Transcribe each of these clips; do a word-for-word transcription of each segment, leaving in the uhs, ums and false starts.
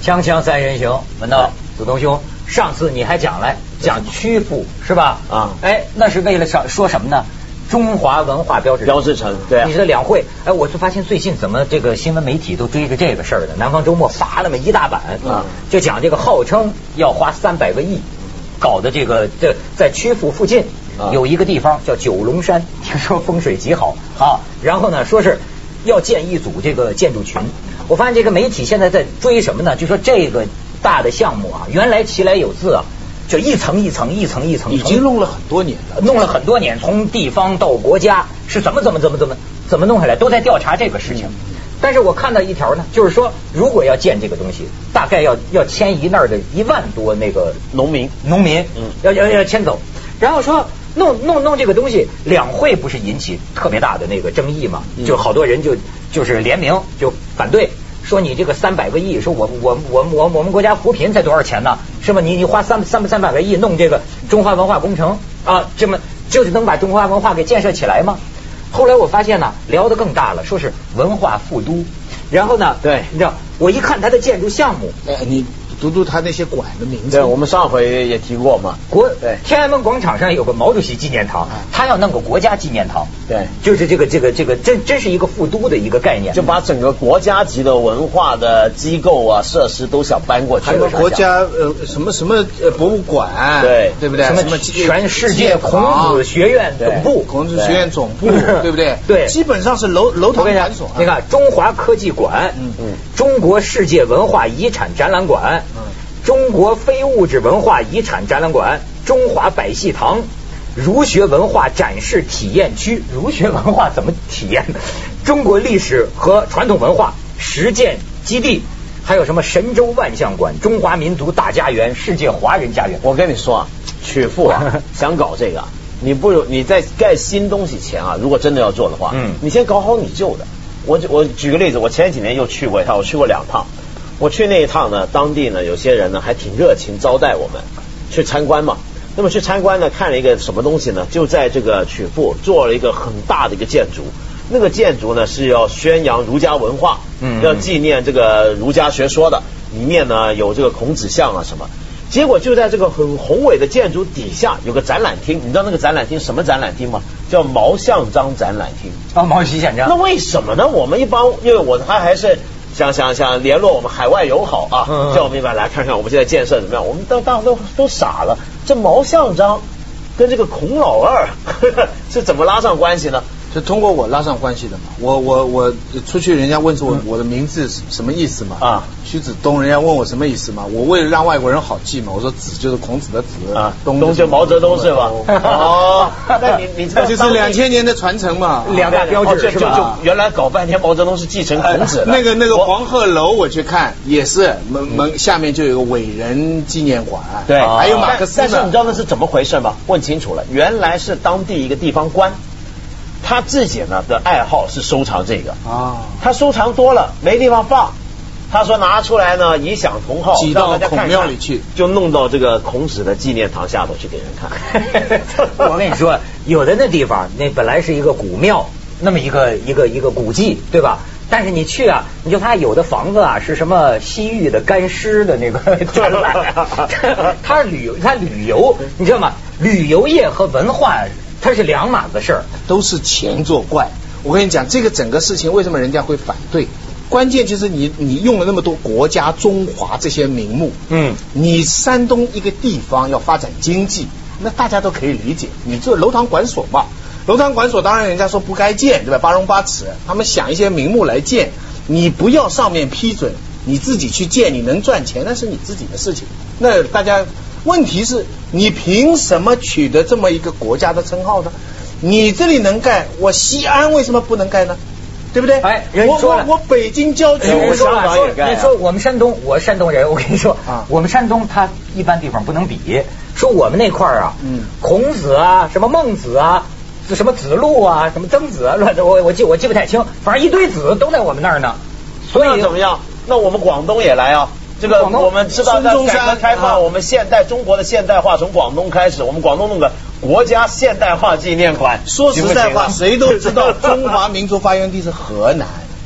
锵锵三人行，文道子东兄，上次你还讲来讲曲阜是吧？啊，哎，那是为了说说什么呢？中华文化标志标志城，对、啊， 你是两会，哎，我就发现最近怎么这个新闻媒体都追着这个事儿的，南方周末发了么一大版啊，就讲这个号称要花三百个亿搞的这个这在曲阜附近有一个地方叫九龙山，听说风水极好啊，然后呢说是要建一组这个建筑群。我发现这个媒体现在在追什么呢？就说这个大的项目啊，原来其来有自啊，就一层一层一层一层， 已经弄了很多年了， 弄了很多年，从地方到国家是怎么怎么怎么怎么怎么弄下来，都在调查这个事情。但是我看到一条呢，就是说如果要建这个东西，大概要要迁移那儿的一万多那个农民农民，嗯，要要要迁走，然后说。弄弄弄这个东西，两会不是引起特别大的那个争议嘛？就好多人就就是联名就反对，说你这个三百个亿，说我我我我我们国家扶贫才多少钱呢？是吧？你你花三三三百个亿弄这个中华文化工程啊，这么就是能把中华文化给建设起来吗？后来我发现呢，聊得更大了，说是文化副都，然后呢， 对， 你知道，我一看它的建筑项目， 哎，你。读读他那些馆的名字， 对，我们上回也提过嘛。 国对天安门广场上有个毛主席纪念堂，他要弄个国家纪念堂， 对， 就是这个这个这个真真是一个副都的一个概念， 就把整个国家级的文化的机构啊设施都想搬过去。 还有国家呃什么什么呃博物馆， 对对不对？ 什么全世界孔子学院总部， 孔子学院总部，对不对？ 对， 基本上是楼楼堂馆所。 你看中华科技馆，嗯嗯，中国世界文化遗产展览馆，嗯。中国非物质文化遗产展览馆、中华百戏堂、儒学文化展示体验区，儒学文化怎么体验？中国历史和传统文化实践基地，还有什么神州万象馆、中华民族大家园、世界华人家园。 我跟你说啊，曲阜啊，想搞这个，你不如你在盖新东西前啊，如果真的要做的话，嗯，你先搞好你旧的。我我举个例子，我前几年又去过一趟，我去过两趟。我去那一趟呢，当地呢有些人呢还挺热情招待我们去参观嘛。那么去参观呢，看了一个什么东西呢？就在这个曲阜做了一个很大的一个建筑，那个建筑呢是要宣扬儒家文化，嗯，要纪念这个儒家学说的，里面呢有这个孔子像啊什么。结果就在这个很宏伟的建筑底下有个展览厅，你知道那个展览厅什么展览厅吗？叫毛象章展览厅。 哦，毛主席展章。 那为什么呢？我们一般因为我他还是。想想想联络我们海外友好啊，嗯、叫我们一般来看看我们现在建设怎么样。我们都大家都都傻了，这毛象章跟这个孔老二呵呵是怎么拉上关系呢？ 是通过我拉上关系的嘛。我我我出去，人家问我我的名字什么意思嘛？啊，徐子东，人家问我什么意思嘛？我为了让外国人好记嘛，我说子就是孔子的子啊， 东东就毛泽东是吧？哦，那你你知道就是两千年的传承嘛， 两大标志是吧？ 就就原来搞半天毛泽东是继承孔子的。 那个那个黄鹤楼我去看也是门门下面就有个伟人纪念馆， 对， 还有马克思。 但是你知道那是怎么回事吗？问清楚了，原来是当地一个地方官。他自己呢的爱好是收藏这个啊，他收藏多了没地方放，他说拿出来呢以享同好， 挤到孔庙里去， 就弄到这个孔子的纪念堂下头去给人看。我跟你说，有的那地方那本来是一个古庙，那么一个一个一个古迹，对吧？但是你去啊，你就发现有的房子啊是什么西域的干尸的那个展览，它旅游，它旅游，你知道吗？旅游业和文化。它是两码子事儿， 都是钱作怪。我跟你讲，这个整个事情为什么人家会反对？关键就是你你用了那么多国家、中华这些名目，嗯，你山东一个地方要发展经济，那大家都可以理解。你做楼堂馆所嘛，楼堂馆所当然人家说不该建，对吧？八荣八耻，他们想一些名目来建，你不要上面批准，你自己去建，你能赚钱那是你自己的事情。那大家。问题是你凭什么取得这么一个国家的称号呢？你这里能盖，我西安为什么不能盖呢？对不对？ 哎，人说了， 我我北京郊区， 我香港也盖。你说我们山东，我山东人，我跟你说啊，我们山东它一般地方不能比。说我们那块儿啊，嗯，孔子啊，什么孟子啊，什么子路啊，什么曾子啊，乱的，我我记我记不太清，反正一堆子都在我们那儿呢。 所以怎么样？那我们广东也来啊。这个我们知道，在改革开放，我们现代中国的现代化从广东开始，我们广东弄个国家现代化纪念馆。 说实在话，谁都知道中华民族发源地是河南，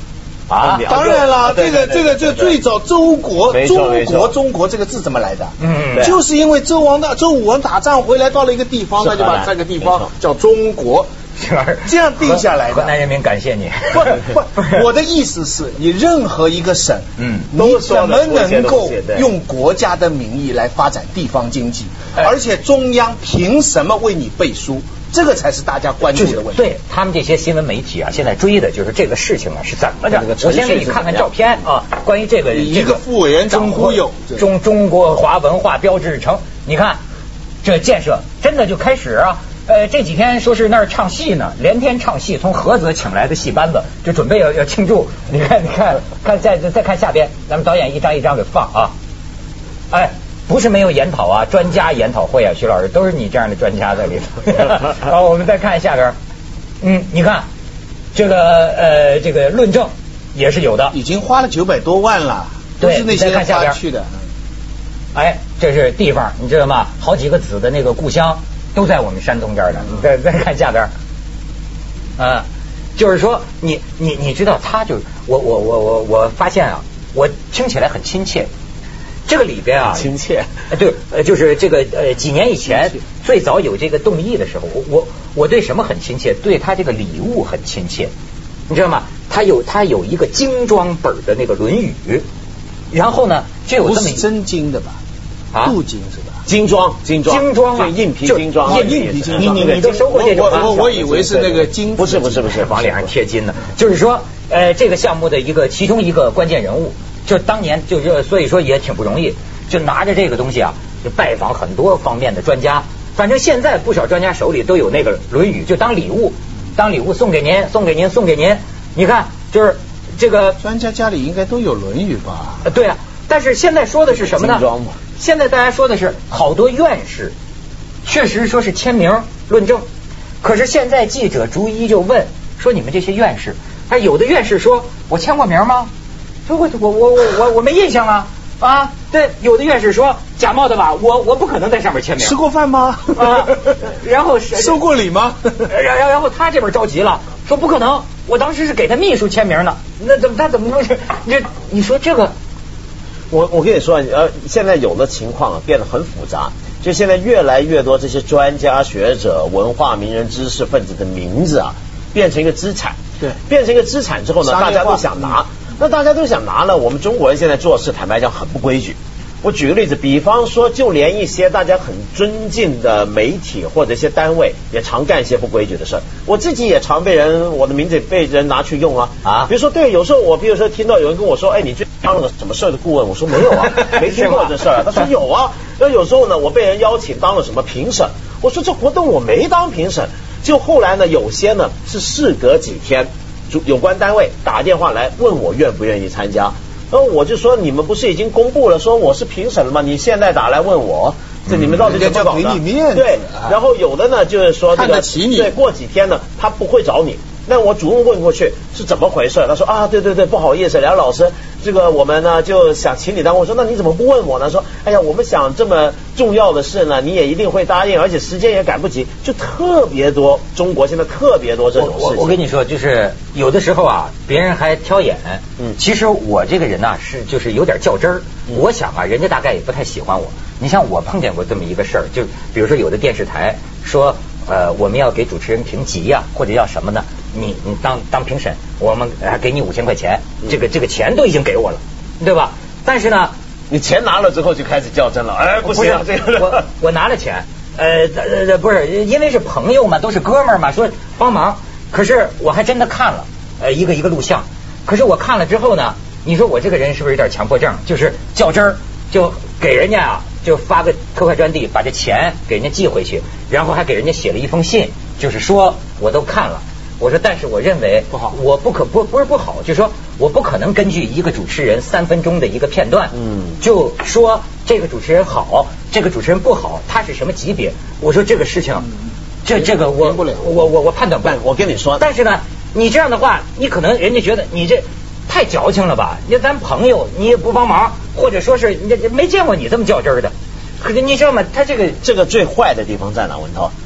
啊， 当然了，这个这个这最早周国中国中国这个字怎么来的？嗯，就是因为周王的周武王打仗回来到了一个地方，那就把这个地方叫中国，这样定下来的。 河南人民感谢你。 不不，我的意思是你任何一个省，嗯，你怎么能够用国家的名义来发展地方经济？而且中央凭什么为你背书？这个才是大家关注的问题。 对他们这些新闻媒体啊，现在追的就是这个事情啊是怎么着？我先给你看看照片啊，关于这个一个副委员长忽悠中中国华文化标志城，你看这建设真的就开始啊。呃，这几天说是那儿唱戏呢，连天唱戏，从菏泽请来的戏班子，就准备要要庆祝。你看，你看，看再再看下边，咱们导演一张一张给放啊。哎。不是没有研讨啊，专家研讨会啊，徐老师都是你这样的专家在里头。好，我们再看下边，嗯，你看这个呃这个论证也是有的， 已经花了九百多万了，都是那些人花去的。 哎，这是地方，你知道吗？好几个子的那个故乡都在我们山东这儿呢。你再再看下边，啊，就是说你你你知道，他就我我我我我发现啊，我听起来很亲切。这个里边啊， 亲切， 对，呃，就是这个呃，几年以前最早有这个动议的时候，我我我对什么很亲切？对他这个礼物很亲切，你知道吗？他有他有一个精装本的那个《论语》，然后呢，就有这么不是真金的吧？啊，镀金是吧？ 精装，精装， 精装啊， 硬皮精装， 硬皮精装。你你都收过这种吗？我我以为是那个金， 不是不是不是， 往脸上贴金的。就是说，呃，这个项目的一个其中一个关键人物。就当年就是所以说也挺不容易，就拿着这个东西啊，就拜访很多方面的专家。反正现在不少专家手里都有那个《论语》，就当礼物，当礼物送给您，送给您，送给您。你看，就是这个专家家里应该都有《论语》吧？ 呃，对啊。但是现在说的是什么呢？现在大家说的是好多院士，确实说是签名论证。可是现在记者逐一就问说：“你们这些院士，他有的院士说我签过名吗？”说我我我我我我没印象啊啊！对，有的院士说假冒的吧，我我不可能在上面签名。 吃过饭吗？ 啊，然后收过礼吗？ 然然然后他这边着急了，说不可能，我当时是给他秘书签名的，那怎么他怎么能是？你你说这个， 我我跟你说，呃，现在有的情况啊变得很复杂，就现在越来越多这些专家学者、文化名人、知识分子的名字啊，变成一个资产。 对， 变成一个资产之后呢，大家都想拿。那大家都想拿了，我们中国人现在做事，坦白讲很不规矩。我举个例子，比方说，就连一些大家很尊敬的媒体或者一些单位，也常干一些不规矩的事儿。我自己也常被人，我的名字被人拿去用啊。啊，比如说，对，有时候我比如说听到有人跟我说，哎，你最当了个什么事儿的顾问？我说没有啊，没听过这事儿。他说有啊。那有时候呢，我被人邀请当了什么评审，我说这活动我没当评审。就后来呢，有些呢是事隔几天。有关单位打电话来问我愿不愿意参加，然后我就说你们不是已经公布了说我是评审了吗？你现在打来问我，这你们到底怎么搞的？对，然后有的呢就是说这个对，过几天呢他不会找你，那我主动问过去是怎么回事？他说啊，对对对，不好意思，梁老师，这个我们呢就想请你当。我说那你怎么不问我呢？说哎呀，我们想这么重要的事呢，你也一定会答应，而且时间也赶不及，就特别多。中国现在特别多这种事情。 我我跟你说，就是有的时候啊，别人还挑眼。嗯，其实我这个人呢是就是有点较真儿。嗯、我想啊，人家大概也不太喜欢我。你像我碰见过这么一个事儿，就比如说有的电视台说。呃，我们要给主持人评级呀、啊，或者要什么呢？你你当当评审，我们还给你五千块钱，这个这个钱都已经给我了，对吧？但是呢， 你钱拿了之后就开始较真了，哎，不行， 这个我我拿了钱，呃呃不是，因为是朋友嘛，都是哥们儿嘛，说帮忙。可是我还真的看了，呃，一个一个录像。可是我看了之后呢，你说我这个人是不是有点强迫症？就是较真儿，就给人家啊。就发个特快专递，把这钱给人家寄回去，然后还给人家写了一封信，就是说我都看了，我说但是我认为不好，我不可不不是不好，就是说我不可能根据一个主持人三分钟的一个片段，嗯，就说这个主持人好，这个主持人不好，他是什么级别？我说这个事情，这这个我我我我判断不了。 我跟你说， 但是呢，你这样的话，你可能人家觉得你这。太矫情了吧？你咱朋友你也不帮忙，或者说是你没见过你这么较真儿的。可是你知道吗？他这个这个最坏的地方在哪？文涛，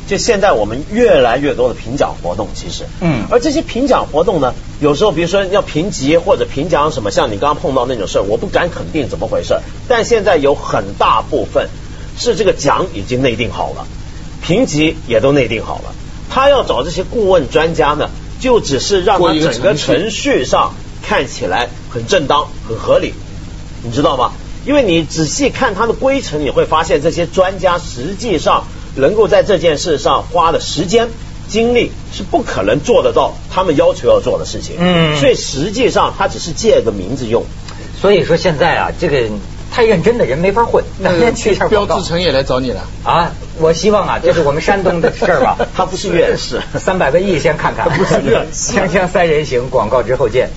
就现在我们越来越多的评奖活动，其实，嗯，而这些评奖活动呢，有时候比如说要评级或者评奖什么，像你刚刚碰到那种事儿，我不敢肯定怎么回事，但现在有很大部分是这个奖已经内定好了，评级也都内定好了，他要找这些顾问专家呢，就只是让他整个程序上看起来很正当、很合理，你知道吗？因为你仔细看他的规程，你会发现这些专家实际上能够在这件事上花的时间、精力是不可能做得到他们要求要做的事情。嗯，所以实际上他只是借个名字用。 所以说现在啊，这个太认真的人没法混。 那去一下标志成也来找你了啊！我希望啊，这是我们山东的事儿吧。 他不是院士， 三百个亿先看看。 不是院士。 锵锵三人行，广告之后见。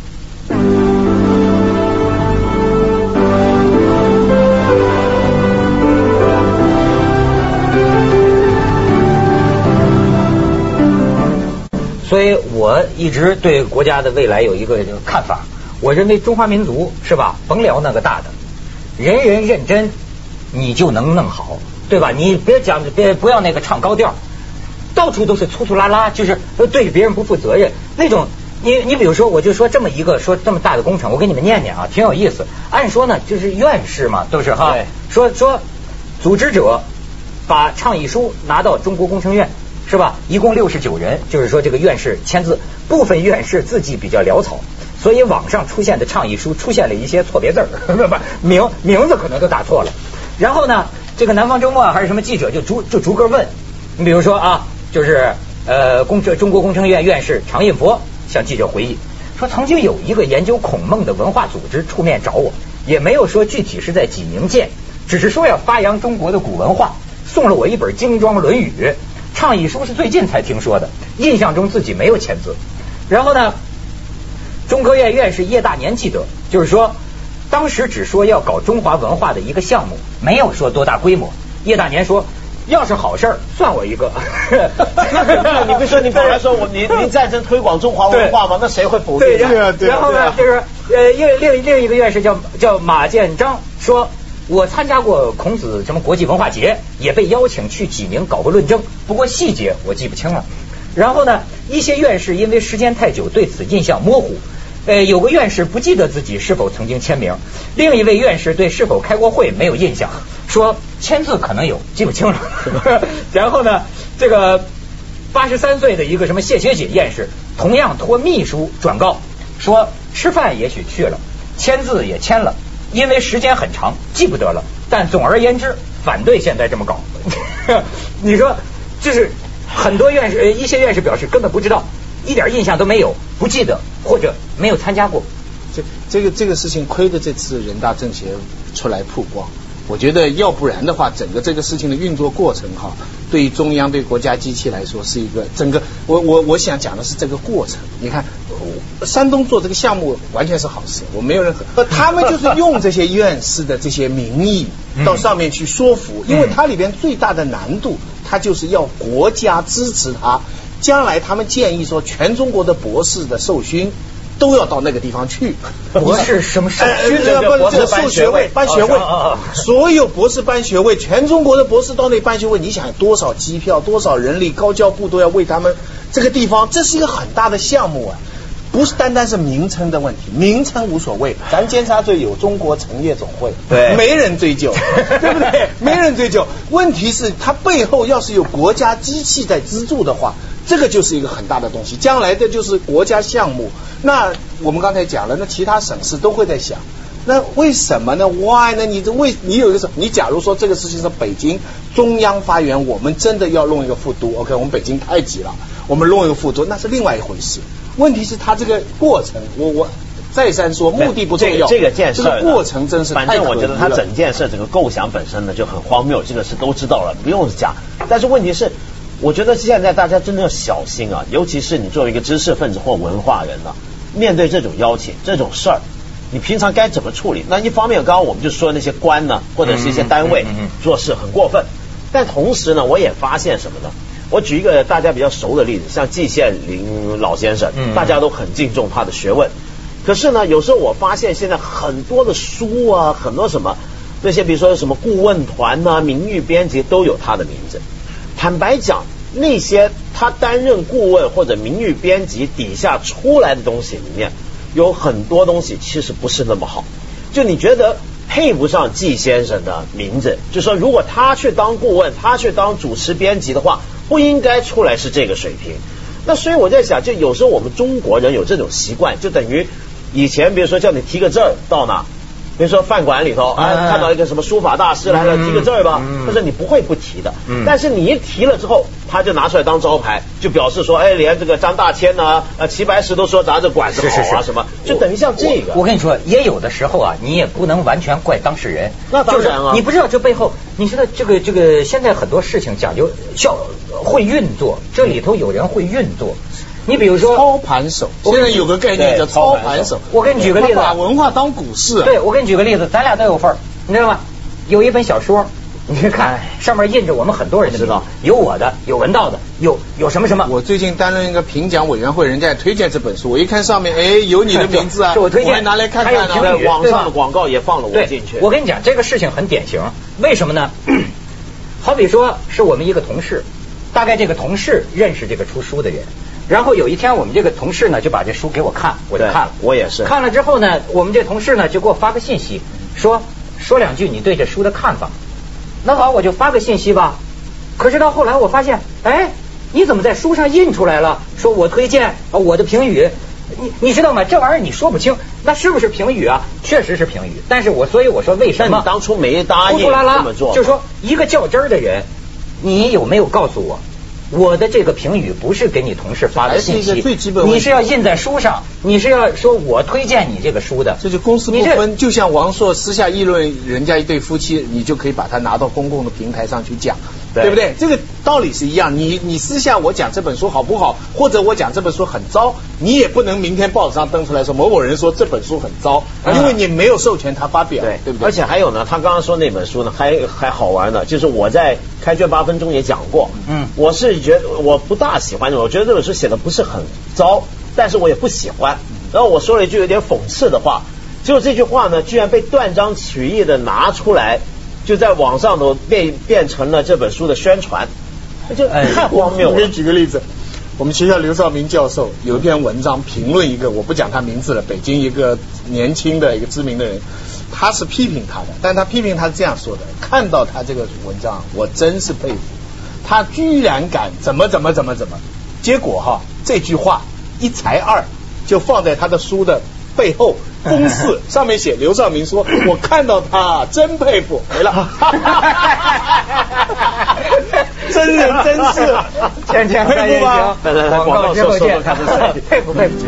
所以我一直对国家的未来有一个看法，我认为中华民族是吧，甭聊那个大的，人人认真，你就能弄好，对吧？你别讲，别不要那个唱高调，到处都是粗粗拉拉，就是对别人不负责任那种。你你比如说，我就说这么一个说这么大的工程，我给你们念念啊，挺有意思。按说呢，就是院士嘛，都是哈，说说组织者把倡议书拿到中国工程院。是吧？一共六十九人，就是说这个院士签字，部分院士字迹比较潦草，所以网上出现的倡议书出现了一些错别字儿，不名名字可能都打错了。然后呢，这个南方周末还是什么记者就逐就逐个问，你比如说啊，就是呃工中国工程院院士常印佛向记者回忆说，曾经有一个研究孔孟的文化组织出面找我，也没有说具体是在济宁见，只是说要发扬中国的古文化，送了我一本精装《论语》。倡议书是最近才听说的，印象中自己没有签字。然后呢，中科院院士叶大年记得，就是说当时只说要搞中华文化的一个项目，没有说多大规模。叶大年说，要是好事儿，算我一个。 你不说你本来说我您您战争推广中华文化吗？那谁会否定？ 对呀，对。然后呢，就是呃，另另另一个院士叫叫马建章说。我参加过孔子什么国际文化节，也被邀请去济宁搞过论证，不过细节我记不清了。然后呢，一些院士因为时间太久，对此印象模糊。呃，有个院士不记得自己是否曾经签名，另一位院士对是否开过会没有印象，说签字可能有，记不清了。然后呢，这个八十三岁的一个什么谢学锦院士，同样托秘书转告说，吃饭也许去了，签字也签了。因为时间很长，记不得了。但总而言之，反对现在这么搞。你说，就是很多院士，一些院士表示根本不知道，一点印象都没有，不记得或者没有参加过。 这这个这个事情，亏得这次人大政协出来曝光。我觉得要不然的话，整个这个事情的运作过程哈，对于中央对国家机器来说是一个整个，我我我想讲的是这个过程。你看，山东做这个项目完全是好事，我没有任何，他们就是用这些院士的这些名义到上面去说服，因为它里边最大的难度，它就是要国家支持他，将来他们建议说，全中国的博士的受勋。都要到那个地方去， 博士什么授勋？呃，博士授学位、颁学位，所有博士颁学位，全中国的博士到那颁学位，你想多少机票、多少人力，高教部都要为他们这个地方，这是一个很大的项目啊，不是单单是名称的问题，名称无所谓，咱监察队有中国成业总会， 对， 没人追究，对不对？没人追究，问题是它背后要是有国家机器在资助的话。这个就是一个很大的东西，将来的就是国家项目。那我们刚才讲了，那其他省市都会在想，那为什么呢 ？Why 呢？你这为你有一个什么？你假如说这个事情是北京中央发源，我们真的要弄一个副都 ，OK？ 我们北京太挤了，我们弄一个副都，那是另外一回事。问题是它这个过程，我我再三说，目的不重要， 这个建设这个过程真是太可疑了。 反正我觉得它整件事整个构想本身呢就很荒谬，这个是都知道了，不用讲。但是问题是。我觉得现在大家真的要小心啊，尤其是你作为一个知识分子或文化人呢、啊，面对这种邀请、这种事儿，你平常该怎么处理？那一方面，刚刚我们就说那些官呢，或者是一些单位做事很过分，但同时呢，我也发现什么呢？我举一个大家比较熟的例子，像季羡林老先生，大家都很敬重他的学问。可是呢，有时候我发现现在很多的书啊，很多什么那些，比如说什么顾问团啊、名誉编辑都有他的名字。坦白讲， 那些他担任顾问或者名誉编辑底下出来的东西里面，有很多东西其实不是那么好。就你觉得配不上季先生的名字，就说如果他去当顾问，他去当主持编辑的话，不应该出来是这个水平。那所以我在想，就有时候我们中国人有这种习惯，就等于以前比如说叫你提个字儿到哪，比如说饭馆里头啊，看到一个什么书法大师来了，提个字儿吧，但是你不会不提的，但是你一提了之后，他就拿出来当招牌，就表示说，哎，连这个张大千呢，呃，齐白石都说咱这馆子好啊，什么，就等于像这个。 我跟你说，也有的时候啊，你也不能完全怪当事人。 那当然啊， 你不知道这背后，你知道这个这个现在很多事情讲究效会运作，这里头有人会运作。你比如说操盘手，现在有个概念叫操盘手。 我给你举个例子， 把文化当股市。 对，我给你举个例子，咱俩都有份儿，你知道吗？有一本小说，你看上面印着我们很多人的名字，有我的，有文道的，有有什么什么。 我最近担任一个评奖委员会，人家也推荐这本书，我一看上面，哎，有你的名字啊， 是我推荐， 我还拿来看看呢。 在网上的广告也放了我进去。 我跟你讲，这个事情很典型，为什么呢？好比说是我们一个同事，大概这个同事认识这个出书的人。然后有一天，我们这个同事呢就把这书给我看，我就看了。 我也是看了之后呢，我们这同事呢就给我发个信息，说说两句你对这书的看法。那好，我就发个信息吧。可是到后来我发现，哎，你怎么在书上印出来了？说我推荐啊，我的评语，你你知道吗？这玩意儿你说不清，那是不是评语啊？确实是评语。但是我所以我说为什么？ 你当初没答应这么做？ 就是说一个较真儿的人，你有没有告诉我？我的这个评语不是给你同事发的信息，你是要印在书上，你是要说我推荐你这个书的。 这就公私不分，就像王朔私下议论人家一对夫妻，你就可以把它拿到公共的平台上去讲，对, 对不对？这个道理是一样。你你私下我讲这本书好不好，或者我讲这本书很糟，你也不能明天报纸上登出来说某某人说这本书很糟，因为你没有授权他发表，对对不对？ 而且还有呢，他刚刚说那本书呢，还还好玩的，就是我在开卷八分钟也讲过，嗯，我是觉得我不大喜欢，我觉得这本书写的不是很糟，但是我也不喜欢。然后我说了一句有点讽刺的话，结果这句话呢，居然被断章取义的拿出来，就在网上都变变成了这本书的宣传，就太荒谬了。 我给你举个例子，我们学校刘兆明教授有一篇文章评论一个，我不讲他名字了，北京一个年轻的一个知名的人，他是批评他的，但他批评他是这样说的：看到他这个文章，我真是佩服，他居然敢怎么怎么怎么怎么。结果哈，这句话一裁二，就放在他的书的背后公示，上面写刘兆明说：“我看到他真佩服。”没了，真人真事， 天天佩服吗？ 广告之后见， 佩服佩服。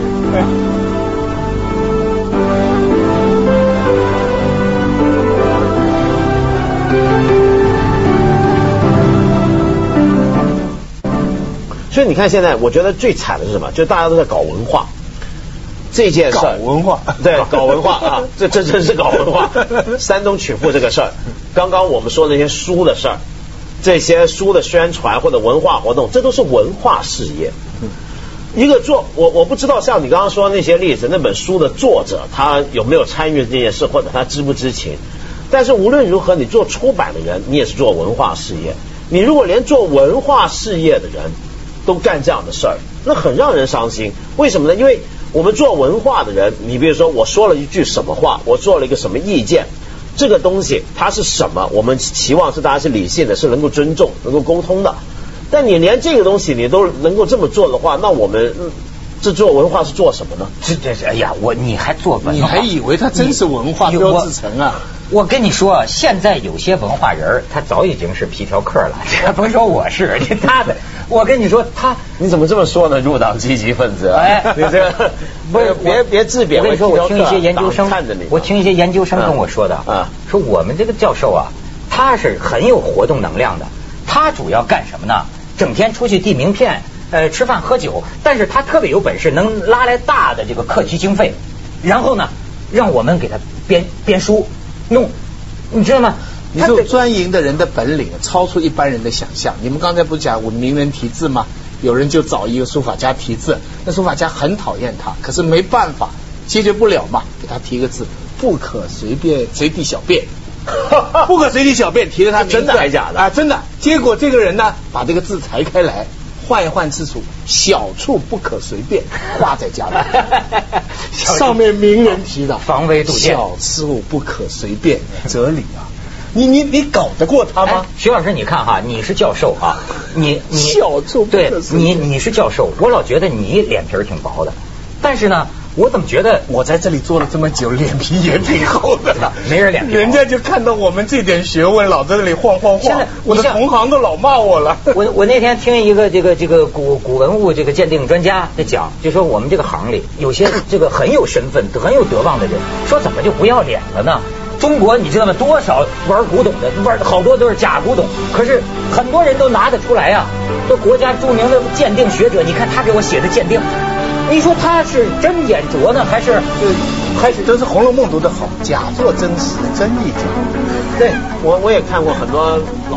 所以你看，现在我觉得最惨的是什么？就大家都在搞文化这件事儿， 搞文化， 对，搞文化啊，这这真是搞文化。山东曲阜这个事儿，刚刚我们说的那些书的事儿，这些书的宣传或者文化活动，这都是文化事业。一个作，我我不知道像你刚刚说的那些例子，那本书的作者他有没有参与这件事，或者他知不知情？但是无论如何，你做出版的人，你也是做文化事业。你如果连做文化事业的人都干这样的事儿，那很让人伤心。为什么呢？因为我们做文化的人，你比如说我说了一句什么话，我做了一个什么意见，这个东西它是什么，我们期望是大家是理性的，是能够尊重能够沟通的。但你连这个东西你都能够这么做的话，那我们、嗯、这做文化是做什么呢？ 这这是哎呀，我你还做文化， 你还以为它真是文化标志城啊？ 我跟你说，现在有些文化人他早已经是皮条客了，这甭说我是他的。我跟你说，他你怎么这么说呢？入党积极分子，哎，你这个不是别别自贬。 我跟你说，我听一些研究生看着你， 我听一些研究生跟我说的啊，说我们这个教授啊，他是很有活动能量的，他主要干什么呢？整天出去递名片，呃，吃饭喝酒，但是他特别有本事，能拉来大的这个课题经费，然后呢，让我们给他编编书。弄，你知道吗？ 你说专营的人的本领超出一般人的想象。你们刚才不是讲文明人题字吗？有人就找一个书法家题字，那书法家很讨厌他，可是没办法，解决不了嘛，给他提个字，不可随便随地小便。 不可随地小便提了他名字， 真的还假的啊？真的。结果这个人呢，把这个字裁开来，换一换字数，小处不可随便，挂在家里。上面名人提的， 防微杜渐， 小处不可随便，哲理啊！你你你搞得过他吗？ 徐老师，你看哈，你是教授啊，你你小处不可对随便， 你你是教授，我老觉得你脸皮儿挺薄的，但是呢。我怎么觉得我在这里做了这么久，脸皮也挺厚的？ 没人脸皮厚， 人家就看到我们这点学问，老在这里晃晃晃。我的同行都老骂我了。 我我那天听一个这个这个古古文物这个鉴定专家在讲，就说我们这个行里有些这个很有身份、很有德望的人，说怎么就不要脸了呢？中国你知道吗？多少玩古董的，玩好多都是假古董，可是很多人都拿得出来呀、啊。这国家著名的鉴定学者，你看他给我写的鉴定。你说他是真眼拙呢，还是还是都是《红楼梦》读得好，假作真实，真亦假。 对我我也看过很多。